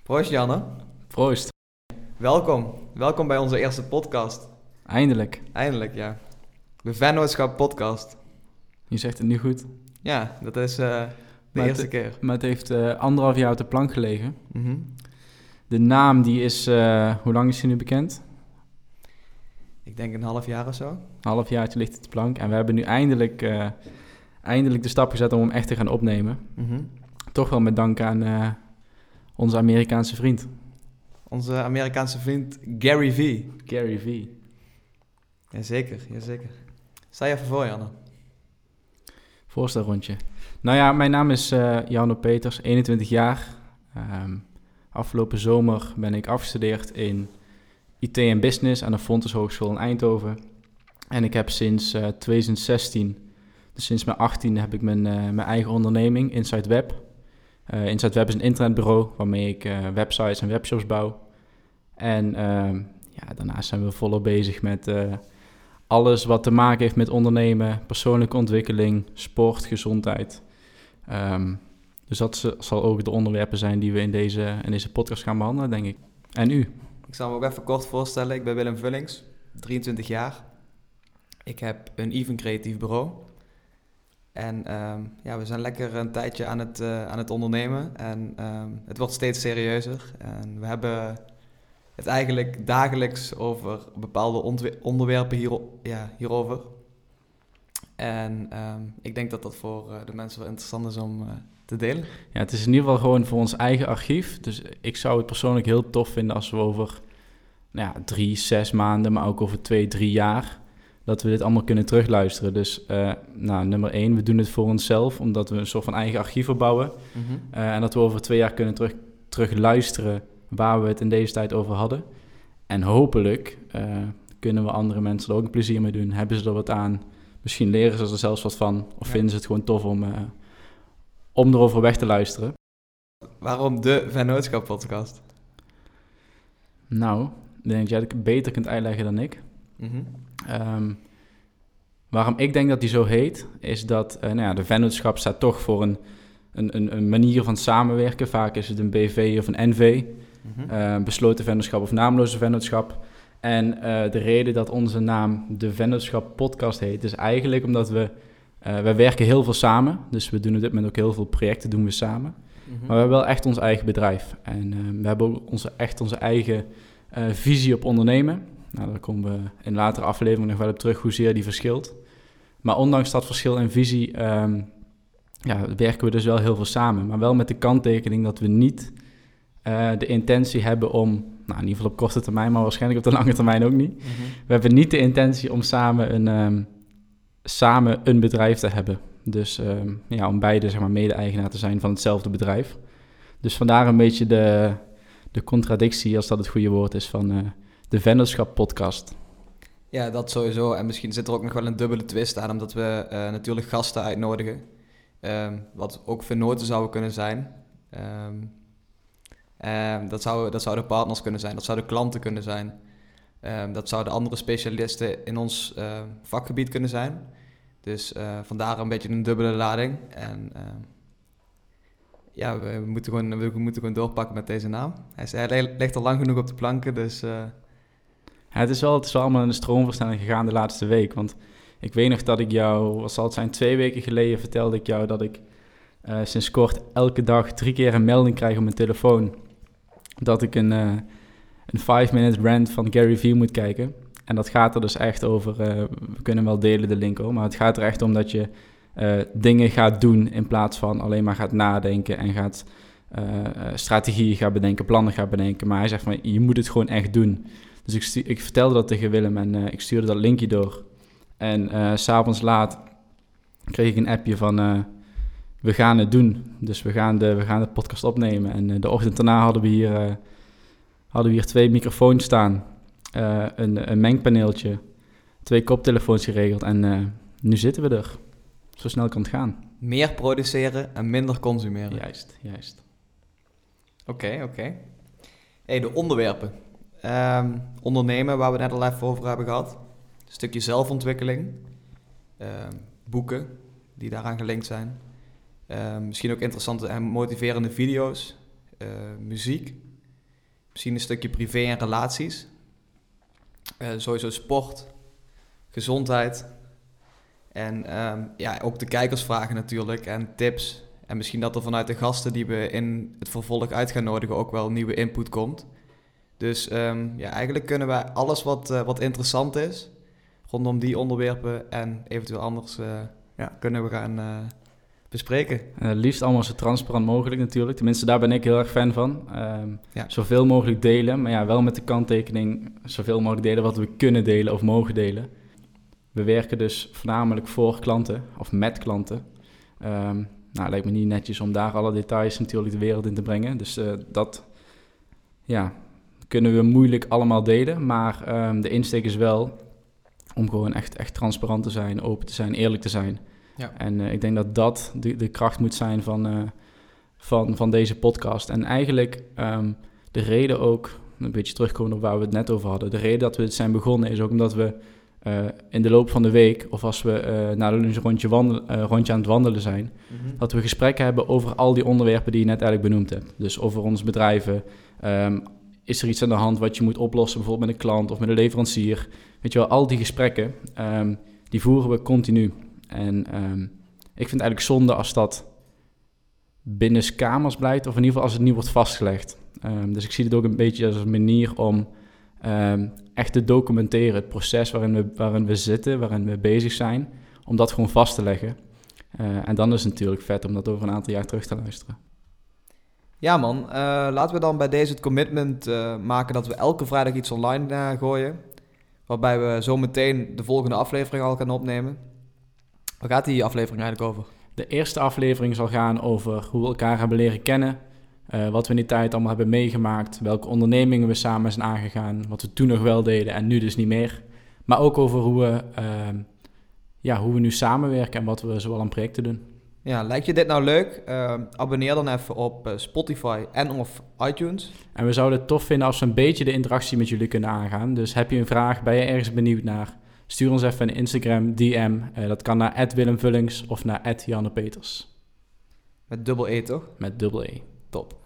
Proost Janne. Proost. Welkom bij onze eerste podcast. Eindelijk. Eindelijk, ja. De Vennootschap podcast. Je zegt het nu goed. Ja, dat is de eerste keer. Maar het heeft 1,5 jaar op de plank gelegen. Mhm. De naam die is, hoe lang is die nu bekend? Ik denk een half jaar of zo. Een halfjaartje ligt het op de plank. En we hebben nu eindelijk de stap gezet om hem echt te gaan opnemen. Mhm. Toch wel met dank aan onze Amerikaanse vriend. Onze Amerikaanse vriend Gary V. Gary V. Jazeker. Sta je even voor, Janne. Voorstelrondje. Nou ja, mijn naam is Jarno Peters, 21 jaar. Afgelopen zomer ben ik afgestudeerd in IT en Business aan de Fontys Hogeschool in Eindhoven. En ik heb sinds 2016, dus sinds mijn 18e, heb ik mijn eigen onderneming, Inside Web. Inside Web is een internetbureau waarmee ik websites en webshops bouw. En daarnaast zijn we volop bezig met alles wat te maken heeft met ondernemen, persoonlijke ontwikkeling, sport, gezondheid. Dus dat zal ook de onderwerpen zijn die we in deze podcast gaan behandelen, denk ik. En u? Ik zal me ook even kort voorstellen. Ik ben Willem Vullings, 23 jaar. Ik heb een even creatief bureau. En we zijn lekker een tijdje aan het ondernemen. En het wordt steeds serieuzer. En we hebben het eigenlijk dagelijks over bepaalde onderwerpen hierover. En ik denk dat dat voor de mensen wel interessant is om te delen. Ja, het is in ieder geval gewoon voor ons eigen archief. Dus ik zou het persoonlijk heel tof vinden als we over 3, 6 maanden, maar ook over 2, 3 jaar, dat we dit allemaal kunnen terugluisteren. Dus nummer 1, we doen het voor onszelf, omdat we een soort van eigen archief opbouwen. Mm-hmm. En dat we over 2 jaar kunnen terugluisteren waar we het in deze tijd over hadden. En hopelijk kunnen we andere mensen er ook een plezier mee doen. Hebben ze er wat aan? Misschien leren ze er zelfs wat van. Of vinden ze het gewoon tof om erover weg te luisteren. Waarom de Vennootschap podcast? Nou, ik denk dat jij het beter kunt uitleggen dan ik. Mm-hmm. Waarom ik denk dat die zo heet, is dat de vennootschap staat toch voor een manier van samenwerken. Vaak is het een BV of een NV, Mm-hmm. besloten vennootschap of naamloze vennootschap. En de reden dat onze naam de Vennootschap podcast heet, is eigenlijk omdat we werken heel veel samen. Dus we doen op dit moment ook heel veel projecten doen we samen. Mm-hmm. Maar we hebben wel echt ons eigen bedrijf. En we hebben ook onze eigen visie op ondernemen. Nou, daar komen we in latere afleveringen nog wel op terug hoezeer die verschilt. Maar ondanks dat verschil in visie werken we dus wel heel veel samen. Maar wel met de kanttekening dat we niet de intentie hebben om, in ieder geval op korte termijn, maar waarschijnlijk op de lange termijn ook niet. Mm-hmm. We hebben niet de intentie om samen een bedrijf te hebben. Dus om beide mede-eigenaar te zijn van hetzelfde bedrijf. Dus vandaar een beetje de contradictie, als dat het goede woord is, van de Vennootschap podcast. Ja, dat sowieso. En misschien zit er ook nog wel een dubbele twist aan, omdat we natuurlijk gasten uitnodigen. Wat ook vennoten zouden kunnen zijn. Dat zouden partners kunnen zijn, dat zouden klanten kunnen zijn. Dat zouden andere specialisten in ons vakgebied kunnen zijn. Dus vandaar een beetje een dubbele lading. En we moeten gewoon doorpakken met deze naam. Hij ligt al lang genoeg op de planken, dus... Ja, het is wel allemaal in de stroomversnelling gegaan de laatste week. Want ik weet nog dat ik jou, wat zal het zijn, 2 weken geleden vertelde ik jou dat ik sinds kort elke dag 3 keer een melding krijg op mijn telefoon dat ik een 5-minute rant van Gary V moet kijken. En dat gaat er dus echt over, we kunnen wel delen de link hoor, maar het gaat er echt om dat je dingen gaat doen in plaats van alleen maar gaat nadenken en gaat strategieën gaat bedenken, plannen gaat bedenken. Maar hij zegt van, je moet het gewoon echt doen. Dus ik vertelde dat tegen Willem en ik stuurde dat linkje door. En 's avonds laat kreeg ik een appje van, we gaan het doen. Dus we gaan de podcast opnemen. En de ochtend daarna hadden we hier 2 microfoons staan. Een mengpaneeltje. 2 koptelefoons geregeld. En nu zitten we er. Zo snel kan het gaan. Meer produceren en minder consumeren. Juist. Oké. Hey, de onderwerpen. Ondernemen, waar we net al even over hebben gehad. Een stukje zelfontwikkeling. Boeken die daaraan gelinkt zijn. Misschien ook interessante en motiverende video's. Muziek. Misschien een stukje privé en relaties. Sowieso sport, gezondheid. En ook de kijkersvragen natuurlijk en tips. En misschien dat er vanuit de gasten die we in het vervolg uit gaan nodigen ook wel nieuwe input komt. Dus eigenlijk kunnen wij alles wat interessant is rondom die onderwerpen en eventueel anders kunnen we gaan bespreken. Liefst allemaal zo transparant mogelijk natuurlijk. Tenminste, daar ben ik heel erg fan van. Zoveel mogelijk delen, maar wel met de kanttekening zoveel mogelijk delen wat we kunnen delen of mogen delen. We werken dus voornamelijk voor klanten of met klanten. Lijkt me niet netjes om daar alle details natuurlijk de wereld in te brengen. Dus dat kunnen we moeilijk allemaal delen. Maar de insteek is wel om gewoon echt transparant te zijn, open te zijn, eerlijk te zijn. Ja. En ik denk dat de kracht moet zijn van deze podcast. En eigenlijk de reden ook, een beetje terugkomen op waar we het net over hadden. De reden dat we het zijn begonnen is ook omdat we in de loop van de week, of als we na de lunch rondje aan het wandelen zijn, dat we gesprekken hebben over al die onderwerpen die je net eigenlijk benoemd hebt. Dus over ons bedrijven. Is er iets aan de hand wat je moet oplossen, bijvoorbeeld met een klant of met een leverancier? Weet je wel, al die gesprekken, die voeren we continu. En ik vind het eigenlijk zonde als dat binnen kamers blijft, of in ieder geval als het niet wordt vastgelegd. Dus ik zie het ook een beetje als een manier om echt te documenteren, het proces waarin we zitten, waarin we bezig zijn, om dat gewoon vast te leggen. En dan is het natuurlijk vet om dat over een aantal jaar terug te luisteren. Ja man, laten we dan bij deze het commitment maken dat we elke vrijdag iets online gooien. Waarbij we zo meteen de volgende aflevering al gaan opnemen. Waar gaat die aflevering eigenlijk over? De eerste aflevering zal gaan over hoe we elkaar hebben leren kennen. Wat we in die tijd allemaal hebben meegemaakt. Welke ondernemingen we samen zijn aangegaan. Wat we toen nog wel deden en nu dus niet meer. Maar ook over hoe we nu samenwerken en wat we zoal aan projecten doen. Ja, lijkt je dit nou leuk? Abonneer dan even op Spotify en of iTunes. En we zouden het tof vinden als we een beetje de interactie met jullie kunnen aangaan. Dus heb je een vraag, ben je ergens benieuwd naar? Stuur ons even een Instagram DM. Dat kan naar @WillemVullings of naar @JannePeters. Met dubbel E toch? Met dubbel E. Top.